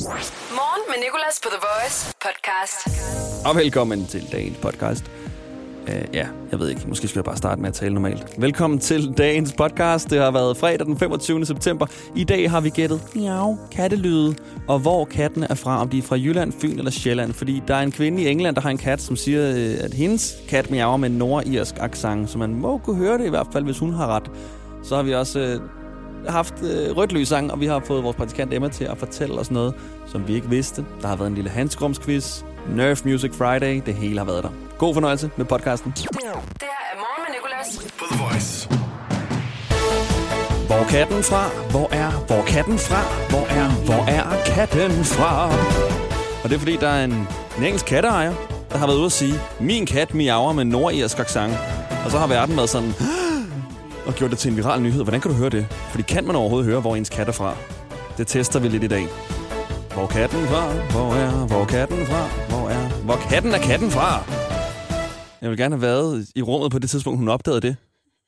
Morgen med Nicolas på The Voice podcast. Og velkommen til dagens podcast. Jeg ved ikke, måske skal jeg bare starte med at tale normalt. Velkommen til dagens podcast. Det har været fredag den 25. september. I dag har vi gættet kattelyde, og hvor kattene er fra. Om de er fra Jylland, Fyn eller Sjælland. Fordi der er en kvinde i England, der har en kat, som siger, at hendes kat miaver med en nordirsk accent. Så man må kunne høre det i hvert fald, hvis hun har ret. Så har vi også haft rødt lysang, og vi har fået vores praktikant Emma til at fortælle os noget, som vi ikke vidste. Der har været en lille handskrumsquiz, Nerf Music Friday, det hele har været der. God fornøjelse med podcasten. Det her er Morgen med Nicolas på The Voice. Hvor er katten fra? Hvor er katten fra? Hvor er katten fra? Og det er fordi, der er en engelsk katteejer, der har været ude at sige, min kat miaver med nordirsk accent. Og så har verden været sådan, og gjort det til en viral nyhed. Hvordan kan du høre det? Fordi kan man overhovedet høre, hvor ens kat er fra? Det tester vi lidt i dag. Hvor katten fra? Hvor katten fra? Hvor katten er katten fra? Jeg vil gerne have været i rummet på det tidspunkt, hun opdagede det.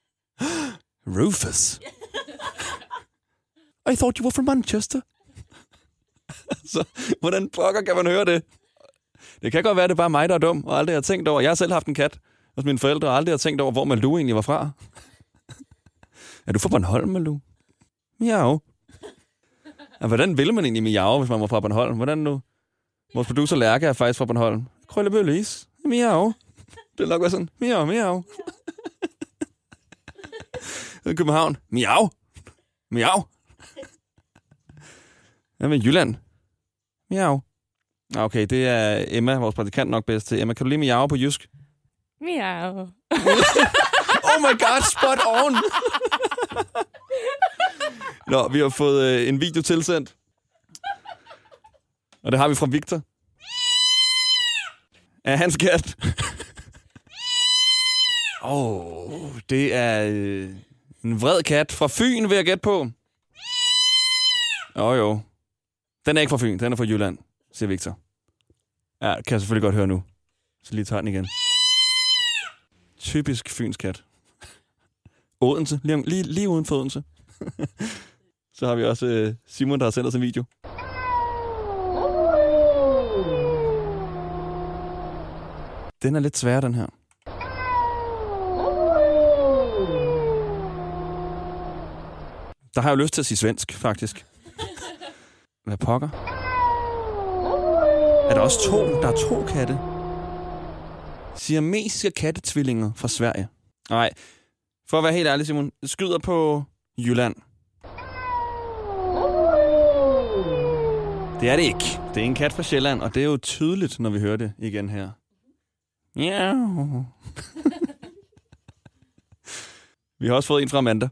Rufus. I thought you were from Manchester. Så hvordan pokker kan man høre det? Det kan godt være, det er bare mig, der er dum, og aldrig har tænkt over. Jeg har selv haft en kat hos mine forældre, og aldrig har tænkt over, hvor Malou egentlig var fra. Er du fra Bornholm, Malou? Miau. Ja, hvordan ville man egentlig miau, hvis man var fra Bornholm? Hvordan nu? Vores producer Lærke er faktisk fra Bornholm. Krøllebøllis. Miau. Det er nok være sådan. Miau, miau. København. Miau. Miau. Hvad med Jylland? Miau. Okay, det er Emma, vores praktikant, nok bedst til. Emma, kan du lige miau på jysk? Miau. Oh my god, spot on! Nå, vi har fået en video tilsendt. Og det har vi fra Victor. Af hans kat. Det er en vred kat fra Fyn, vil jeg gætte på. Jo. Den er ikke fra Fyn, den er fra Jylland, siger Victor. Ja, kan jeg selvfølgelig godt høre nu. Så lige tager den igen. Typisk Fyns kat. Odense, lige uden for Odense. Så har vi også Simon, der har sendt os en video. Den er lidt svær, den her. Der har jeg jo lyst til at sige svensk, faktisk. Hvad pokker? Er der også to? Der er to katte. Siamesiske kattetvillinger fra Sverige. Nej, for at være helt ærlig, Simon, skyder på Jylland. Det er det ikke. Det er en kat fra Sjælland, og det er jo tydeligt, når vi hører det igen her. Ja. Vi har også fået en fra Amanda.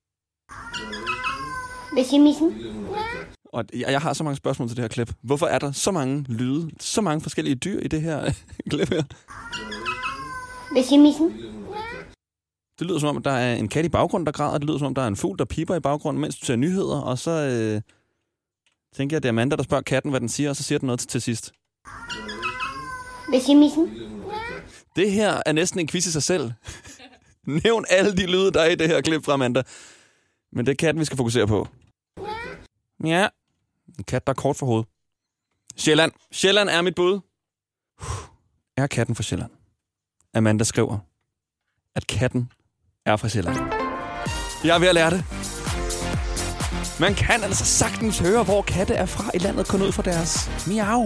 Hvad siger missen? Og jeg har så mange spørgsmål til det her klip. Hvorfor er der så mange lyde, så mange forskellige dyr i det her klip her? Hvad siger missen? Det lyder som om, at der er en kat i baggrunden, der græder. Det lyder som om, der er en fugl, der piper i baggrunden, mens du ser nyheder. Og så tænker jeg, at det er Amanda, der spørger katten, hvad den siger, og så siger den noget til sidst. Hvad siger missen? Det her er næsten en quiz i sig selv. Nævn alle de lyde, der er i det her klip fra Amanda. Men det er katten, vi skal fokusere på. Ja, en kat, der er kort for hovedet. Sjælland. Sjælland er mit bud. Er katten fra Sjælland? Amanda skriver, at katten er fra Sjælland. Jeg er ved at lære det. Man kan altså sagtens høre, hvor katte er fra i landet, kun ud fra deres miau.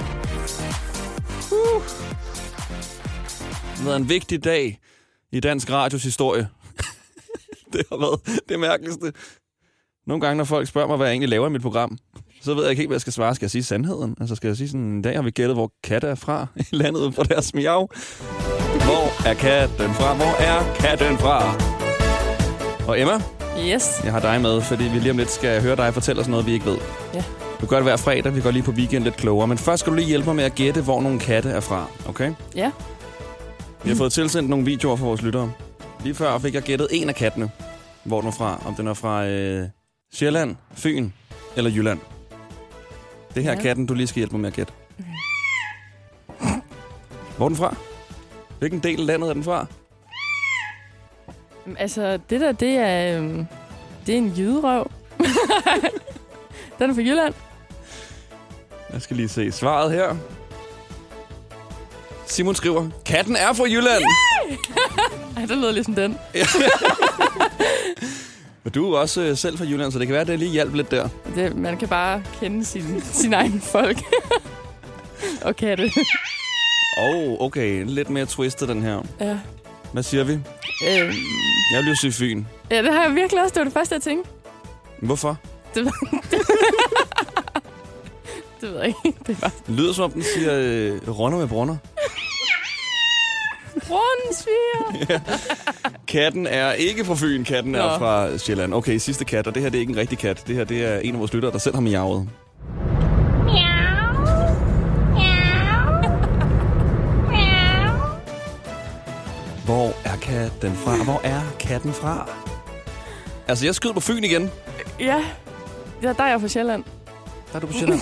Det har været en vigtig dag i dansk radios historie. Det har været det mærkeligste. Nogle gange, når folk spørger mig, hvad jeg egentlig laver i mit program, så ved jeg ikke helt, hvad jeg skal svare. Skal jeg sige sandheden? Altså skal jeg sige sådan, en dag har vi gættet, hvor katte er fra i landet ud fra deres miau. Hvor er katten fra? Hvor er katten fra? Og Emma, Yes. jeg har dig med, fordi vi lige om lidt skal høre dig fortælle os noget, vi ikke ved. Ja. Du gør det hver fredag, vi går lige på weekend lidt klogere. Men først skal du lige hjælpe mig med at gætte, hvor nogle katte er fra, okay? Ja. Vi har fået tilsendt nogle videoer fra vores lyttere. Lige før fik jeg gættet en af kattene, hvor den er fra. Om den er fra Sjælland, Fyn eller Jylland. Det her er katten, du lige skal hjælpe mig med at gætte. Hvor er den fra? Hvilken del af landet er den fra? Altså, det der, det er en jyderøv. Den er fra Jylland. Jeg skal lige se svaret her. Simon skriver, katten er fra Jylland. Ej, det lyder ligesom den. Men du er også selv fra Jylland, så det kan være, at det lige hjælper lidt der. Man kan bare kende sin egen folk. Og katte. Okay. Lidt mere twistet, den her. Ja. Hvad siger vi? Jeg vil jo sige Fyn. Ja, det har jeg virkelig også. Det var det første, jeg tænkte. Hvorfor? Det ved jeg ikke. Det var... Det lyder som om, den siger runder med brunner. Rundsviger! Ja. Katten er ikke fra Fyn, katten er fra Sjælland. Okay, sidste kat, og det her det er ikke en rigtig kat. Det her det er en af vores lyttere, der selv har miavet. Hvor er katten fra? Hvor er katten fra? Altså, jeg skyder på Fyn igen. Ja, der er jeg fra Sjælland. Der er du på Sjælland.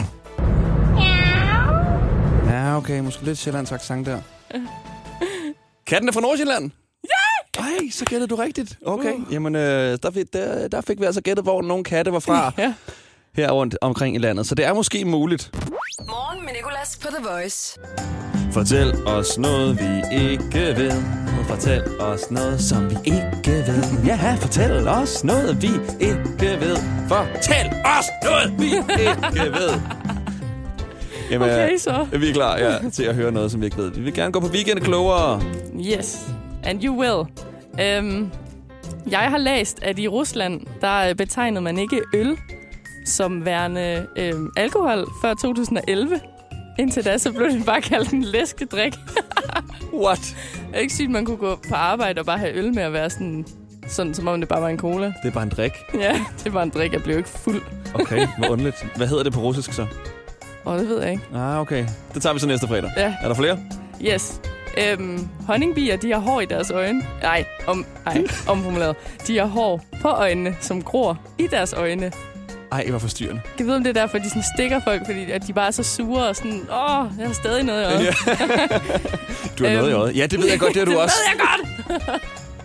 Ja, okay. Måske lidt Sjællands accent der. Katten er fra Nordsjælland? Ja! Ej, så gættede du rigtigt. Okay, jamen der fik vi altså gættet, hvor nogle katte var fra her rundt omkring i landet. Så det er måske muligt. Morgen med Nicolas på The Voice. Fortæl os noget, vi ikke ved. Fortæl os noget, som vi ikke ved. Ja, fortæl os noget, vi ikke ved. Fortæl os noget, vi ikke ved. Jamen, Okay, så. Vi er klar til at høre noget, som vi ikke ved. Vi vil gerne gå på weekend klogere. Yes, and you will. Jeg har læst, at i Rusland, der betegnede man ikke øl som værende alkohol før 2011. Indtil da, så blev det bare kaldt en læskedrik. What? Det er ikke sygt, man kunne gå på arbejde og bare have øl med at være sådan som om det bare var en cola. Det er bare en drik. Ja, det var en drik. Jeg blev ikke fuld. Okay, hvor underligt. Hvad hedder det på russisk så? Det ved jeg ikke. Okay. Det tager vi så næste fredag. Ja. Er der flere? Yes. Honningbier, de har hår i deres øjne. Omformuleret. De har hår på øjnene, som gror i deres øjne. Ej, hvor forstyrrende. Jeg ved, om det er derfor, de sådan stikker folk, fordi at de bare er så sure og sådan, jeg har stadig noget i øjet. Ja. Du har noget i øjet. Ja, det ved jeg godt, det har du også. Det ved jeg godt!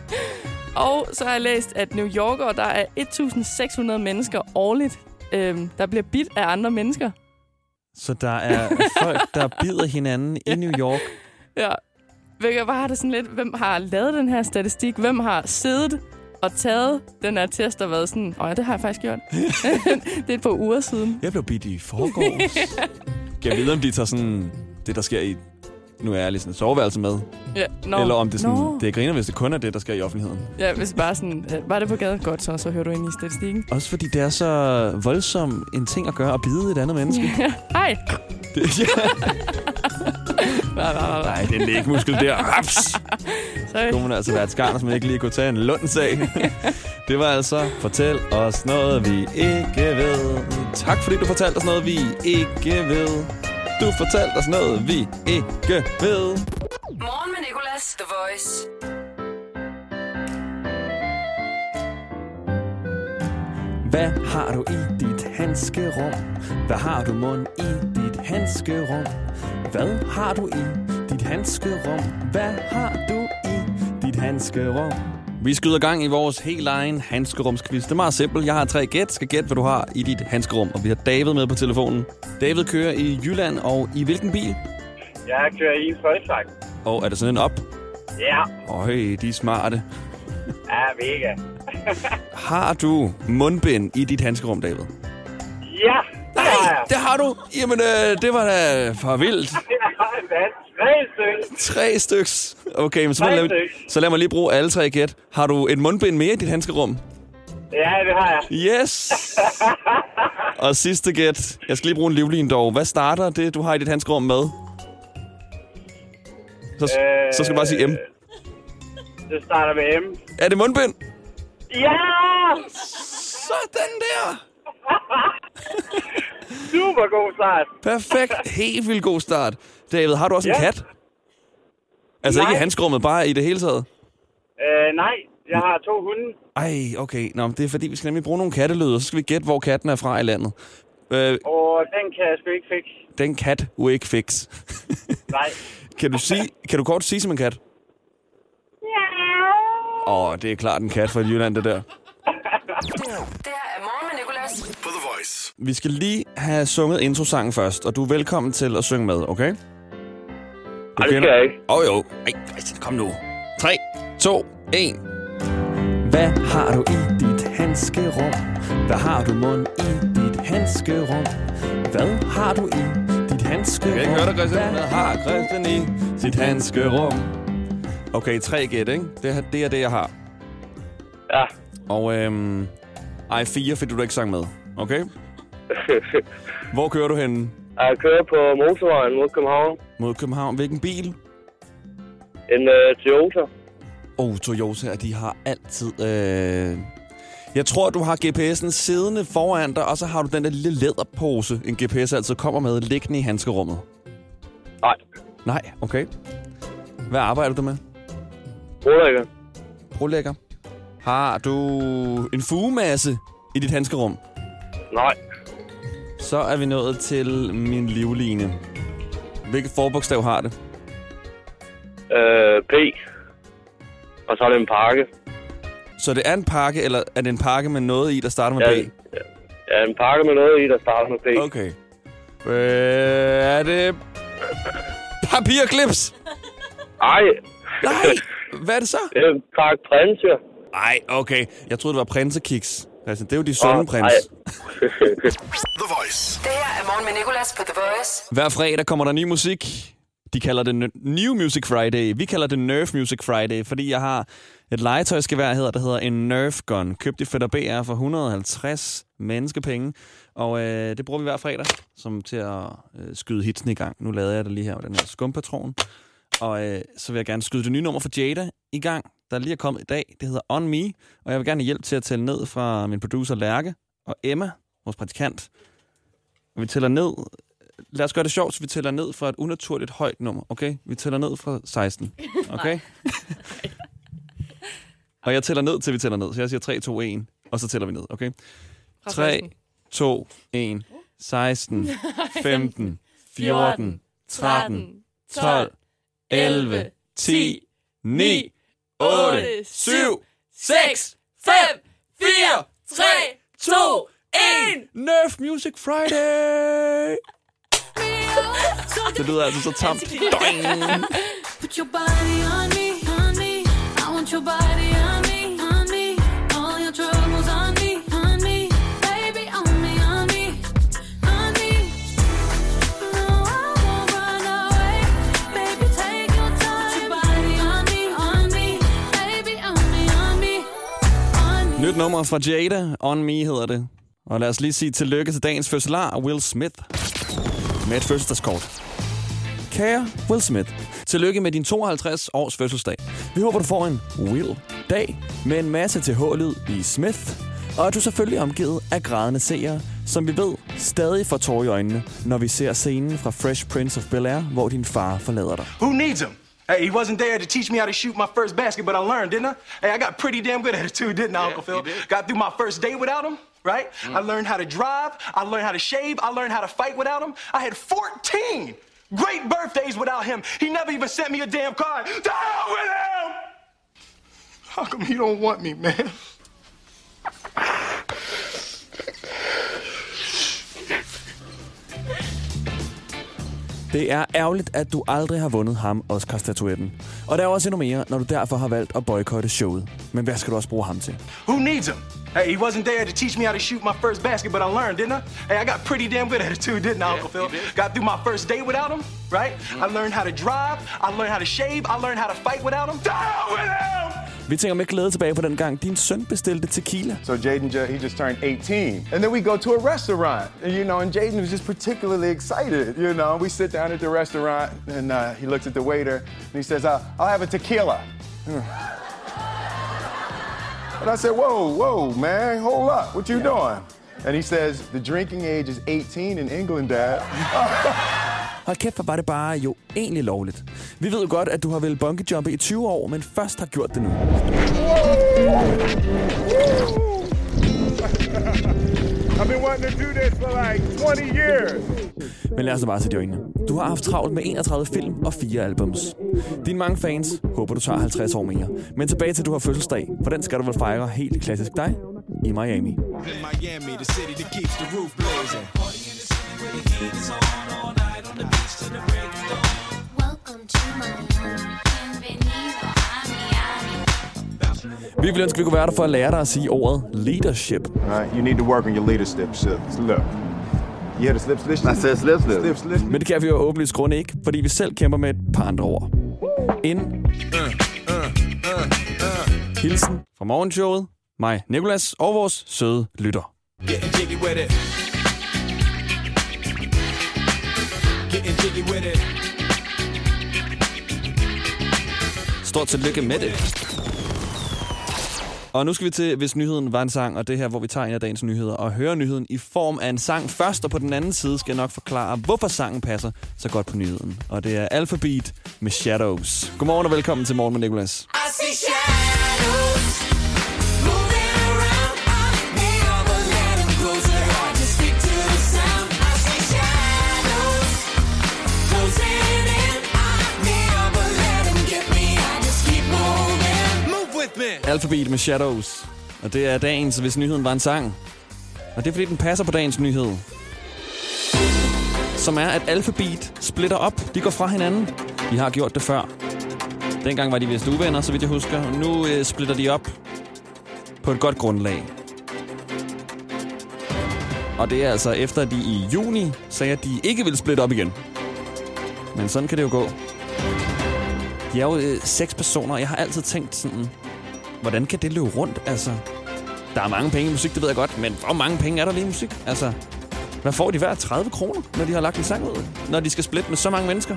Og så har jeg læst, at New Yorker, der er 1.600 mennesker årligt, der bliver bidt af andre mennesker. Så der er folk, der bider hinanden i New York. Ja. Jeg bare har det sådan lidt, hvem har lavet den her statistik? Hvem har siddet og taget den her test og været sådan, det har jeg faktisk gjort. Det er et par uger siden. Jeg blev bidt i forgårs. Jeg ved, om de tager sådan det, der sker i, nu er jeg lige sådan et soveværelse med. Ja, eller om det sådan, det er griner, hvis det kun er det, der sker i offentligheden. Ja, hvis bare sådan, var det på gaden godt, så hører du ind i statistikken. Også fordi det er så voldsom en ting at gøre, at bide et andet menneske. Ja. Hej! Nej, det er en lægmuskel der. Raps! Det kunne man altså være et skarn, som man ikke lige kunne tage en lundsag. Det var altså, fortæl os noget, vi ikke ved. Tak fordi du fortalte os noget, vi ikke ved. Du fortalte os noget, vi ikke ved. Morgen med Nicolas, The Voice. Hvad har du i dit handskerum? Hvad har du mund i dit handskerum? Hvad har du i dit handskerum? Hvad har du i dit handskerum? Vi skyder gang i vores helt egen handskerumsquiz. Det er meget simpelt. Jeg har 3 gæt. Skal gætte, hvad du har i dit handskerum. Og vi har David med på telefonen. David kører i Jylland, og i hvilken bil? Jeg kører i en Volkswagen. Og er det sådan en op? Ja. Øj, de er smarte. Ja, mega. Har du mundbind i dit handskerum, David? Ja, det har jeg. Det har du? Jamen, det var da for vildt. Jeg har 3 stykker. 3 styks. Okay, men så lad mig lige bruge alle 3 gæt. Har du et mundbind mere i dit handskerum? Ja, det har jeg. Yes! Og sidste gæt. Jeg skal lige bruge en livlin dog. Hvad starter det, du har i dit handskerum med? Så skal du bare sige M. Det starter med M. Er det mundbind? Ja! Sådan der! Super god start. Perfekt. Helt vildt god start. David, har du også en kat? Altså Nej. ikke i handskerummet, bare i det hele taget? Nej, jeg har 2 hunde. Ej, okay. Nå, men det er fordi, vi skal nemlig bruge nogle kattelyde, og så skal vi gætte, hvor katten er fra i landet. Og den kan jeg sgu ikke fikse. Den kat will ikke fix. Nej. Kan du kort sige som en kat? Ja. Det er klart en kat fra Jylland, det der. Det her er Morgen med Nicolas. På The Voice. Voice. Vi skal lige have sunget introsangen først, og du er velkommen til at synge med, okay? Det skal jeg ikke. Jo. Ej, kom nu. 3, 2, 1. Hvad har du i dit handskerum? Hvad har du mund i dit handskerum? Hvad har du i dit handskerum? Jeg kan ikke høre dig, Christian. Hvad har Christian i sit handskerum? Okay, 3 gæt, ikke? Det er det, jeg har. Ja. Og 4 fik du da ikke sang med, okay? Hvor kører du henne? Jeg kører på motorvejen mod København. Mod København. Hvilken bil? En Toyota. Toyota, de har altid... Jeg tror, du har GPS'en siddende foran dig, og så har du den der lille læderpose, en GPS altid kommer med, liggende i handskerummet. Nej, okay. Hvad arbejder du med? Brolægger. Brolægger. Har du en fugemasse i dit handskerum? Nej. Så er vi nået til min livline. Hvilket forbogstav har det? P. Og så er det en pakke. Så det er en pakke, eller er det en pakke med noget i, der starter med P? Ja, en pakke med noget i, der starter med P. Okay. Er det papirklips? Nej. Nej. Hvad er det så? Det er en pakke prinser. Nej, okay. Jeg troede, det var prinsekiks. Altså, det er jo de sunde prins. The Voice. Det her er Morgen med Nicolas på The Voice. Hver fredag kommer der ny musik. De kalder det New Music Friday. Vi kalder det Nerf Music Friday, fordi jeg har et legetøjsgevær, der hedder en Nerf Gun. Købt i Fætter BR for 150 menneskepenge. Og det bruger vi hver fredag som til at skyde hitsen i gang. Nu lavede jeg det lige her med den her skumpatron. Og så vil jeg gerne skyde det nye nummer for Jada i gang, der lige er kommet i dag. Det hedder On Me, og jeg vil gerne hjælpe til at tælle ned fra min producer Lærke og Emma, vores praktikant. Og vi tæller ned. Lad os gøre det sjovt, så vi tæller ned fra et unaturligt højt nummer, okay? Vi tæller ned fra 16, okay? Og jeg tæller ned, til vi tæller ned. Så jeg siger 3, 2, 1, og så tæller vi ned, okay? 3, 2, 1, 16, 15, 14, 13, 12, 11, 10, 9, 8, 7, 6, 5, 4, 3, 2, 1. Nerf Music Friday! Det lyder altså så tamt. Put your body on me, on me. I want your body on me, on me. All your troubles on me, on me. Baby, on me, on me, on me. No, I won't run away. Baby, take your time. Put your body on me, on me. Baby, on me, on me, on me. Nyt nummer fra Jada. On Me hedder det. Og lad os lige sige tillykke til dagens fødselar, Will Smith. Med et fødselsdagskort. Kære Will Smith, tillykke med din 52 års fødselsdag. Vi håber, du får en Will-dag med en masse TH-lyd i Smith, og at du selvfølgelig er omgivet af grædende seere, som vi ved stadig får tårer i øjnene, når vi ser scenen fra Fresh Prince of Bel-Air, hvor din far forlader dig. Who needs him? Hey, he wasn't there to teach me how to shoot my first basket, but I learned, didn't I? Hey, I got pretty damn good at it too, didn't I, Uncle Phil? Got through my first day without him, right? I learned how to drive, I learned how to shave, I learned how to fight without him. I had 14 great birthdays without him. He never even sent me a damn card. The hell with him! How come he don't want me, man? Det er ærgerligt, at du aldrig har vundet ham Oscar-statuetten. Og der er også endnu mere, når du derfor har valgt at boykotte showet. Men hvad skal du også bruge ham til? Who needs him? Hey, he wasn't there to teach me how to shoot my first basket, but I learned, didn't I? Hey, I got pretty damn good at it too, didn't I, Uncle Phil? Got through my first day without him, right? I learned how to drive, I learned how to shave, I learned how to fight without him. The hell with him! Vi tænker med glæde tilbage på den gang, din søn bestilte tequila. So Jaden, he just turned 18. And then we go to a restaurant, and Jaden was just particularly excited, We sit down at the restaurant, and he looks at the waiter, and he says, I'll have a tequila. And I said, whoa, man, hold up, what you doing? And he says, the drinking age is 18 in England, Dad. Hold kæft, for var det bare jo egentlig lovligt. Vi ved jo godt, at du har vel bungeejumpe i 20 år, men først har gjort det nu. I've been wanting to do this for like 20 years. Men lad os da bare sætte i øjnene. Du har haft travlt med 31 film og 4 albums. Dine mange fans håber, du tager 50 år mere. Men tilbage til, du har fødselsdag. For den skal du vel fejre helt klassisk dig? i Miami. Miami, the city that keeps the roof blazing. Welcome to Miami. Bienvenido a Miami. Vi ville ønske, at vi kunne være der for at lære dig at sige ordet leadership. You need to work on your leadership. Look. You hear the slip, slip? I said slip, slip. Slip, slip. Men det kan vi jo åbenlyst grunde ikke, fordi vi selv kæmper med et par andre ord. Hilsen fra morgenshowet, mig, Nicolas og vores søde lytter. Getting jiggy with it. Getting jiggy with it. Stort tillykke med det. Og nu skal vi til, hvis nyheden var en sang, og det her, hvor vi tager en af dagens nyheder og hører nyheden i form af en sang først, og på den anden side skal jeg nok forklare, hvorfor sangen passer så godt på nyheden. Og det er Alphabeat med Shadows. Godmorgen og velkommen til Morgen med Nicolas. I see shadows moving around. I never let them closer. I just stick to the sound. I see shadows closing in. I never let them get me. I just keep moving. Move with me. Alphabeat med Shadows. Og det er dagens, hvis nyheden var en sang. Og det er fordi, den passer på dagens nyhed. Som er, at Alphabeat splitter op. De går fra hinanden. De har gjort det før. Dengang var de vist uvenner, så vidt jeg husker. Nu splitter de op på et godt grundlag. Og det er altså efter, at de i juni sagde, at de ikke ville splitte op igen. Men sådan kan det jo gå. De er jo 6 personer, og jeg har altid tænkt sådan, hvordan kan det løbe rundt? Altså, der er mange penge i musik, det ved jeg godt, men hvor mange penge er der lige i musik? Altså, hvad får de hver? 30 kroner, når de har lagt en sang ud? Når de skal splitte med så mange mennesker?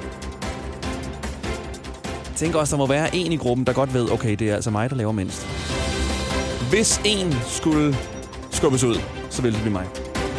Jeg tænker også, der må være en i gruppen, der godt ved, okay, det er altså mig, der laver mindst. Hvis en skulle skubbes ud, så ville det blive mig.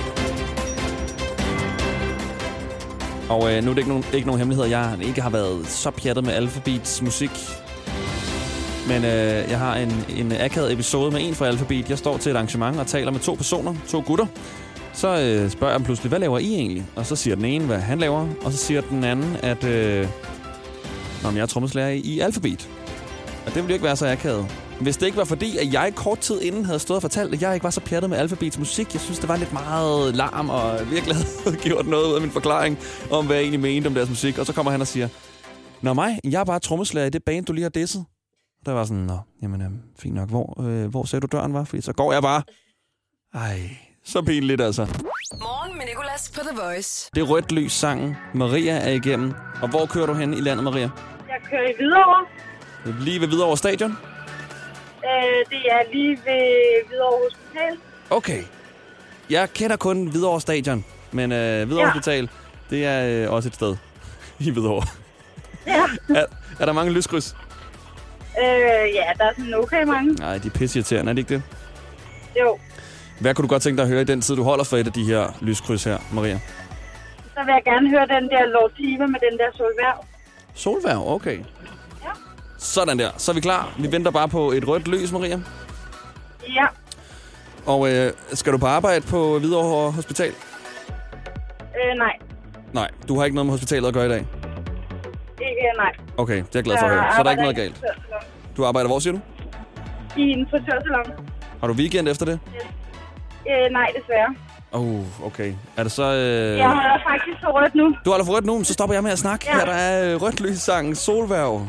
Og nu er det ikke nogen hemmelighed, jeg ikke har været så pjattet med Alphabeats musik. Men jeg har en akavet episode med en fra Alphabeat. Jeg står til et arrangement og taler med 2 personer, 2 gutter. Så spørger jeg dem pludselig, hvad laver I egentlig? Og så siger den ene, hvad han laver. Og så siger den anden, at jeg er trommeslager i Alphabeat. Og det ville jo ikke være så akavet. Hvis det ikke var fordi, at jeg kort tid inden havde stået og fortalt, at jeg ikke var så pjattet med Alphabeats musik. Jeg synes, det var lidt meget larm, og virkelig havde gjort noget ud af min forklaring om, hvad jeg egentlig mente om deres musik. Og så kommer han og siger, nå mig, jeg er bare trommeslager i det band, du lige har disset. Der var sådan, nå, jamen, fint nok. Hvor sagde du døren var? Fordi så går jeg bare. Ej, så pinligt altså. Morgen med Nicolas på The Voice. Det er rødt lys sangen. Maria er igennem. Og hvor kører du hen i landet, Maria? Jeg kører i Hvidovre. Lige ved Hvidovre Stadion? Det er lige ved Hvidovre Hospital. Okay. Jeg kender kun Hvidovre Stadion, men Hvidovre Hospital, det er også et sted i Hvidovre. Ja. Er der mange lyskryds? Ja, der er sådan okay mange. Nej, de er pisseirriterende, er det ikke det? Jo. Hvad kunne du godt tænke dig at høre i den tid, du holder for et af de her lyskryds her, Maria? Så vil jeg gerne høre den der Lord Tiva med den der solværv. Solværv, okay. Ja. Sådan der. Så er vi klar. Vi venter bare på et rødt lys, Maria. Ja. Og skal du på arbejde på Hvidovre Hospital? Nej. Nej, du har ikke noget med hospitalet at gøre i dag? Ikke, nej. Okay, det er jeg glad for at høre. Så er der ikke noget galt. Du arbejder hvor, siger du? I en frisørsalon. Har du weekend efter det? Nej, desværre. Okay. Er det så... Jeg holder faktisk for rødt nu. Du holder for rødt nu, så stopper jeg med at snakke. Ja. Her der er rødt lys-sangen Solværv.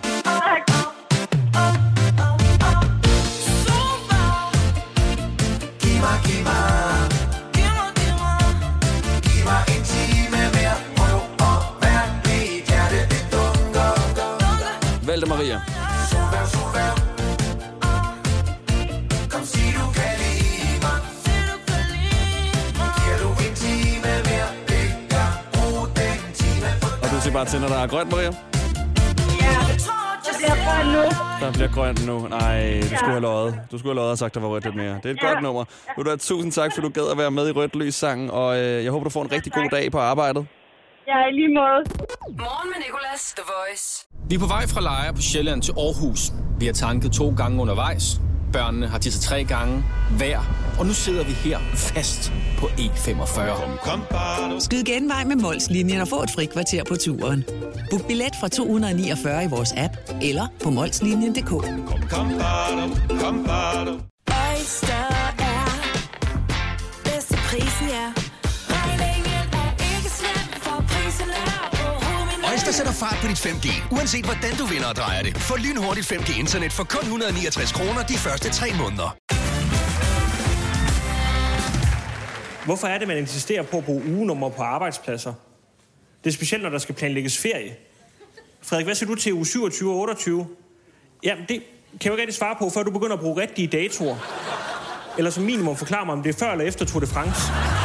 Valgte Maria. Kom sig du kan lide mig. Giver du en time mere, det gør brug den time. Og du siger bare til, når der er grønt, Maria? Ja, det bliver grønt nu. Der bliver grønt nu. Nej, du skulle have løjet. Du skulle have løjet og sagt, der var rødt lidt mere. Det er et godt nummer. Tusind tak, for du gad at være med i rødt lys-sangen. Og jeg håber, du får en rigtig god dag på arbejdet. Ja, i lige måde. Morgen med Nicolas, The Voice. Vi er på vej fra Lejre på Sjælland til Aarhus. Vi har tanket 2 gange undervejs. Børnene har tisset 3 gange hver. Og nu sidder vi her fast på E45. Skyd genvej med Mols-linjen og få et frikvarter på turen. Book billet fra 249 i vores app eller på molslinjen.dk. Oyster er bedst til prisen, ja. Regningen er ikke slem, for prisen er på hovedet. Oyster sætter fart på dit 5G, uanset hvordan du vinder og drejer det. Få lynhurtigt 5G-internet for kun 169 kroner de første 3 måneder. Hvorfor er det, man insisterer på at bruge ugenummer på arbejdspladser? Det er specielt, når der skal planlægges ferie. Frederik, hvad siger du til uge 27 og 28? Jamen, det kan jeg jo ikke rigtig svare på, før du begynder at bruge rigtige datoer. Eller som minimum forklare mig, om det er før eller efter Tour de France.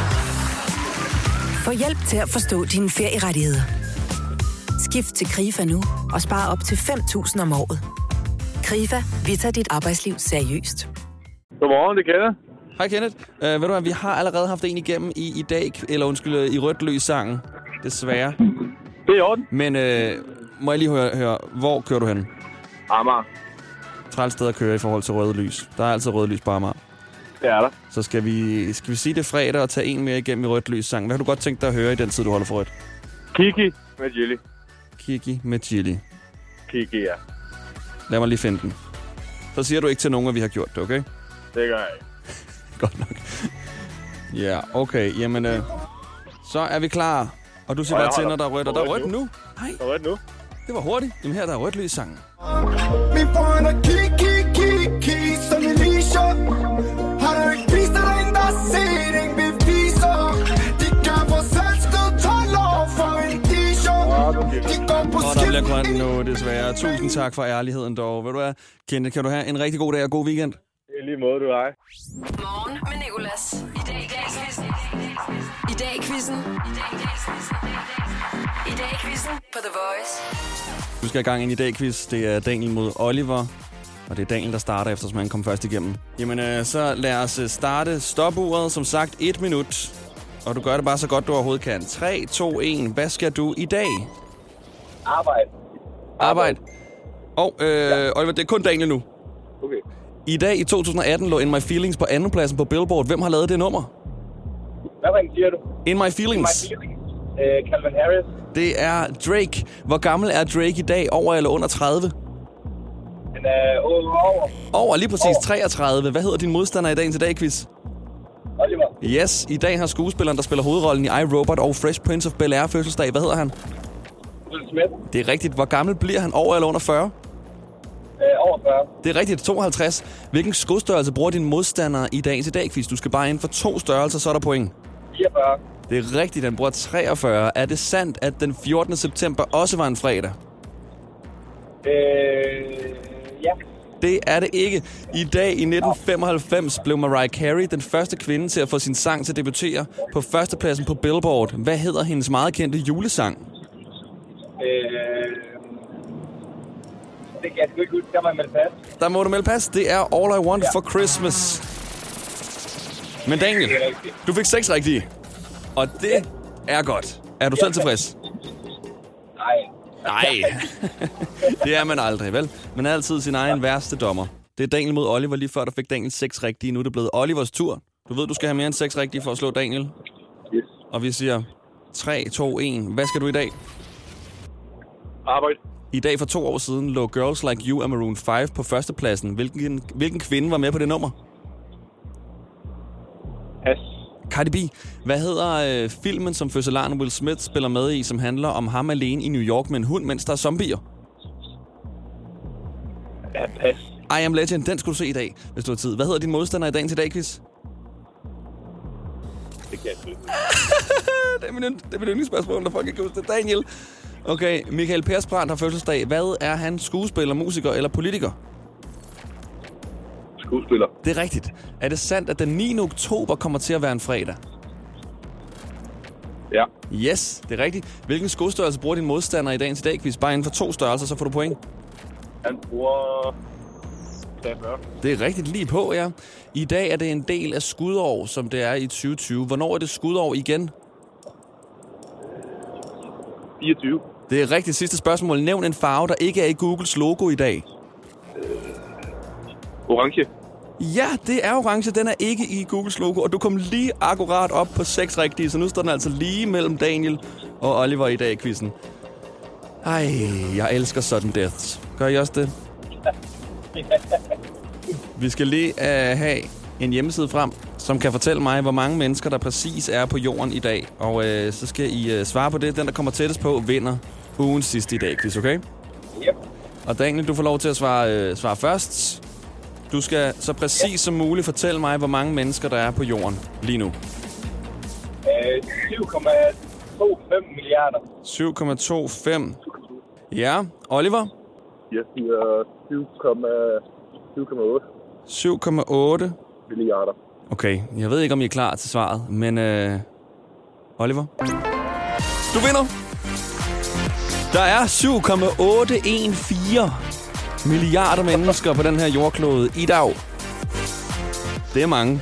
Få hjælp til at forstå dine ferierettigheder. Skift til KRIFA nu og spar op til 5.000 om året. KRIFA, vi tager dit arbejdsliv seriøst. Godmorgen, det kender. Hej Kenneth. Ved du hvad, vi har allerede haft en igennem i dag, eller undskyld, i rødt lys sangen. Desværre. Det er i orden. Men må jeg lige høre, hvor kører du hen? Amager. Træls sted at køre i forhold til røde lys. Der er altid røde lys på Amager. Det er der. Så skal vi sige det fredag og tage en mere igennem i rødt lys sang. Hvad har du godt tænkt dig at høre i den tid, du holder for rødt? Kiki med chili. Kiki med chili. Kiki, ja. Lad mig lige finde den. Så siger du ikke til nogen, at vi har gjort det, okay? Det gør jeg ikke. Godt nok. Ja, okay. Jamen, så er vi klar. Og du siger bare til, når der er rødt. Og der er rødt nu. Nej. Der er rødt nu. Det var hurtigt. Jamen her der er rødt lys sangen. Min bror er kiki, som Elisha. Har du ikke vist, at der ingen, der har set en beviser? De gør på salgsted 12 år for en t-shirt. De går på og der bliver grønt nu, desværre. Tusind tak for ærligheden dog. Ved du hvad, Kenneth, kan du have en rigtig god dag og god weekend? I lige måde, du har. Morgen med Nicolas. I dag i quizzen. I dag i quizzen. I dag i quizzen på The Voice. Du skal i gang ind i dag quiz. Det er Daniel mod Oliver. Og det er Daniel, der starter, eftersom han kom først igennem. Jamen, så lad os starte stopuret. Som sagt, 1 minut. Og du gør det bare så godt, du overhovedet kan. 3, 2, 1. Hvad skal du i dag? Arbejde. Og Oliver, det er kun Daniel nu. Okay. I dag i 2018 lå In My Feelings på andenpladsen på Billboard. Hvem har lavet det nummer? Hvad siger du? In My Feelings. Calvin Harris. Det er Drake. Hvor gammel er Drake i dag? Over eller under 30? Den er over. Over, lige præcis 33. Hvad hedder din modstander i dagens i dag, quiz? Oliver. Yes, i dag har skuespilleren, der spiller hovedrollen i iRobot og Fresh Prince of Bel-Air fødselsdag. Hvad hedder han? Will Smith. Det er rigtigt. Hvor gammel bliver han? Over eller under 40? Over 40. Det er rigtigt. 52. Hvilken skostørrelse bruger din modstander i dagens i dag, quiz? Du skal bare ind for 2 størrelser, så er der point. 44. Det er rigtigt, han bruger 43. Er det sandt, at den 14. september også var en fredag? Ja. Det er det ikke. I dag i 1995 blev Mariah Carey den første kvinde til at få sin sang til at debutere på førstepladsen på Billboard. Hvad hedder hendes meget kendte julesang? Det kan jeg sgu ikke huske. Der må jeg melde pas. Der må du melde pas. Det er All I Want for Christmas. Men Daniel, du fik 6 rigtige. Og det er godt. Er du selv tilfreds? Nej. Det er man aldrig, vel? Man er altid sin egen værste dommer. Det er Daniel mod Oliver. Lige før der fik Daniel 6 rigtige. Nu er det blevet Olivers tur. Du ved, du skal have mere end 6 rigtige for at slå Daniel. Yes. Og vi siger 3, 2, 1. Hvad skal du i dag? Arbejde. I dag for 2 år siden lå Girls Like You af Maroon 5 på førstepladsen. Hvilken kvinde var med på det nummer? Pas. Cardi B. Hvad hedder filmen, som fødselaren Will Smith spiller med i, som handler om ham alene i New York med en hund, mens der er zombier? Ja, pas. I Am Legend. Den skulle du se i dag, hvis du har tid. Hvad hedder din modstander i dagens i dag, quiz? Det kan jeg ikke. Det er mit yndlingsspørgsmål, når folk ikke kan huske det. Daniel. Okay, Michael Persbrandt har fødselsdag. Hvad er han? Skuespiller, musiker eller politiker? Skuespiller. Det er rigtigt. Er det sandt, at den 9. oktober kommer til at være en fredag? Ja. Yes, det er rigtigt. Hvilken skostørrelse bruger din modstander i dagens i dag, quiz? Bare inden for 2 størrelser, så får du point. Han bruger 43. Det er rigtigt lige på, ja. I dag er det en del af skudår, som det er i 2020. Hvornår er det skudår igen? 24. Det er rigtigt. Sidste spørgsmål. Nævn en farve, der ikke er i Googles logo i dag. Orange. Ja, det er orange. Den er ikke i Googles logo, og du kom lige akkurat op på 6 rigtige, så nu står den altså lige mellem Daniel og Oliver i dag i quizzen. Ej, jeg elsker sudden deaths. Gør I også det? Vi skal lige have en hjemmeside frem, som kan fortælle mig, hvor mange mennesker, der præcis er på jorden i dag. Og så skal I svare på det. Den, der kommer tættest på, vinder ugens sidste i dag, quiz, okay? Yep. Og Daniel, du får lov til at svare først. Du skal så præcis som muligt fortælle mig, hvor mange mennesker, der er på jorden lige nu. 7,25 milliarder. 7,25. Ja, Oliver? Jeg siger 7,8 7,8 milliarder. Okay, jeg ved ikke, om I er klar til svaret, men Oliver? Du vinder! Der er 7,814 milliarder mennesker på den her jordklode i dag. Det er mange.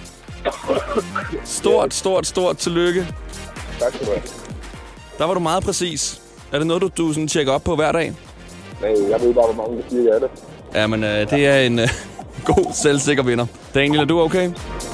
Stort tillykke. Tak skal du have. Der var du meget præcis. Er det noget, du sådan tjekker op på hver dag? Nej, jeg ved bare, hvor mange der siger, jeg er det. Ja, men det er en god, selvsikker vinder. Daniel, er du okay?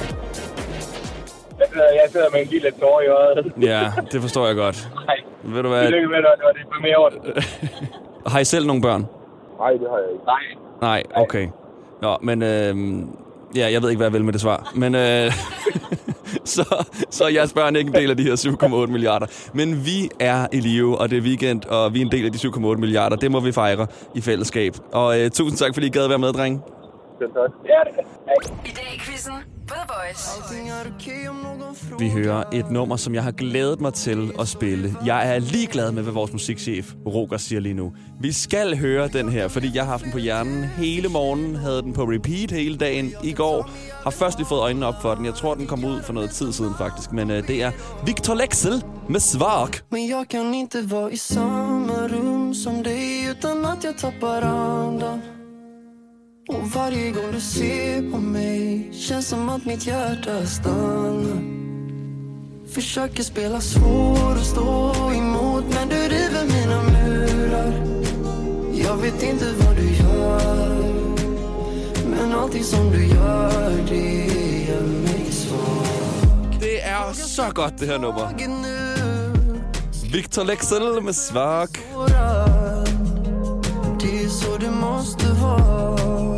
Jeg sidder med en lille tår i øjet. Ja, det forstår jeg godt. Nej, ved du hvad? Tillykke med dig, det var det for mere over. Har I selv nogle børn? Nej, det har jeg ikke. Nej, okay. Nå, men ja, jeg ved ikke, hvad jeg vil med det svar. Men så er jeres børn ikke en del af de her 7,8 milliarder. Men vi er i live, og det er weekend, og vi er en del af de 7,8 milliarder. Det må vi fejre i fællesskab. Og tusind tak, fordi I gad være med, drenge. Selv tak. Ja, det. I dag i quizzen på The Voice. Vi hører et nummer, som jeg har glædet mig til at spille. Jeg er ligeglad med, hvad vores musikchef Roger siger lige nu. Vi skal høre den her, fordi jeg har haft den på hjernen hele morgenen, havde den på repeat hele dagen i går. Har først lige fået øjnene op for den. Jeg tror, den kom ud for noget tid siden faktisk. Men det er Victor Leksell med Svag. Men jag kan inte vara i samma rum som dig utan att jag tappar andan. Och varje gång du ser på mig känns som att mitt hjärta stannar. Försöker spela svår och stå emot, men du river mina murar. Jag vet inte vad du gör, men allting som du gör, det gör mig svag. Det er så godt, det her nummer. Victor Leksell med Svag. Det är så det måste vara.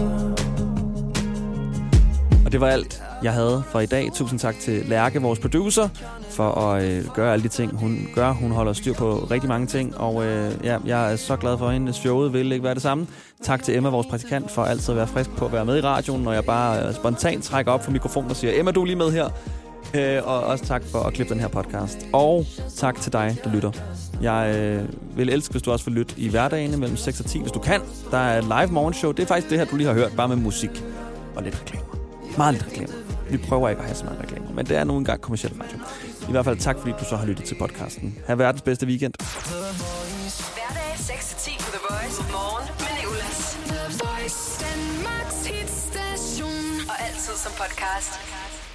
Og det var alt, jeg havde for i dag. Tusind tak til Lærke, vores producer, for at gøre alle de ting, hun gør. Hun holder styr på rigtig mange ting, og ja, jeg er så glad for hende. Showet vil ikke være det samme. Tak til Emma, vores praktikant, for altid at være frisk på at være med i radioen, når jeg bare spontant trækker op for mikrofonen og siger, Emma, du er lige med her. Og også tak for at klippe den her podcast. Og tak til dig, der lytter. Jeg vil elske, hvis du også vil lytte i hverdagene mellem 6 og 10, hvis du kan. Der er et live morgenshow. Det er faktisk det her, du lige har hørt, bare med musik og lidt reklamer. Meget lidt reklamer. Vi prøver ikke at have så mange reklamer, men det er nu engang kommercielt radio. I hvert fald tak, fordi du så har lyttet til podcasten. Ha' verdens bedste weekend. Hverdag 6-10 på The Voice. Morgen med Nicolas. The Voice. Danmarks hitstation. Og altid som podcast.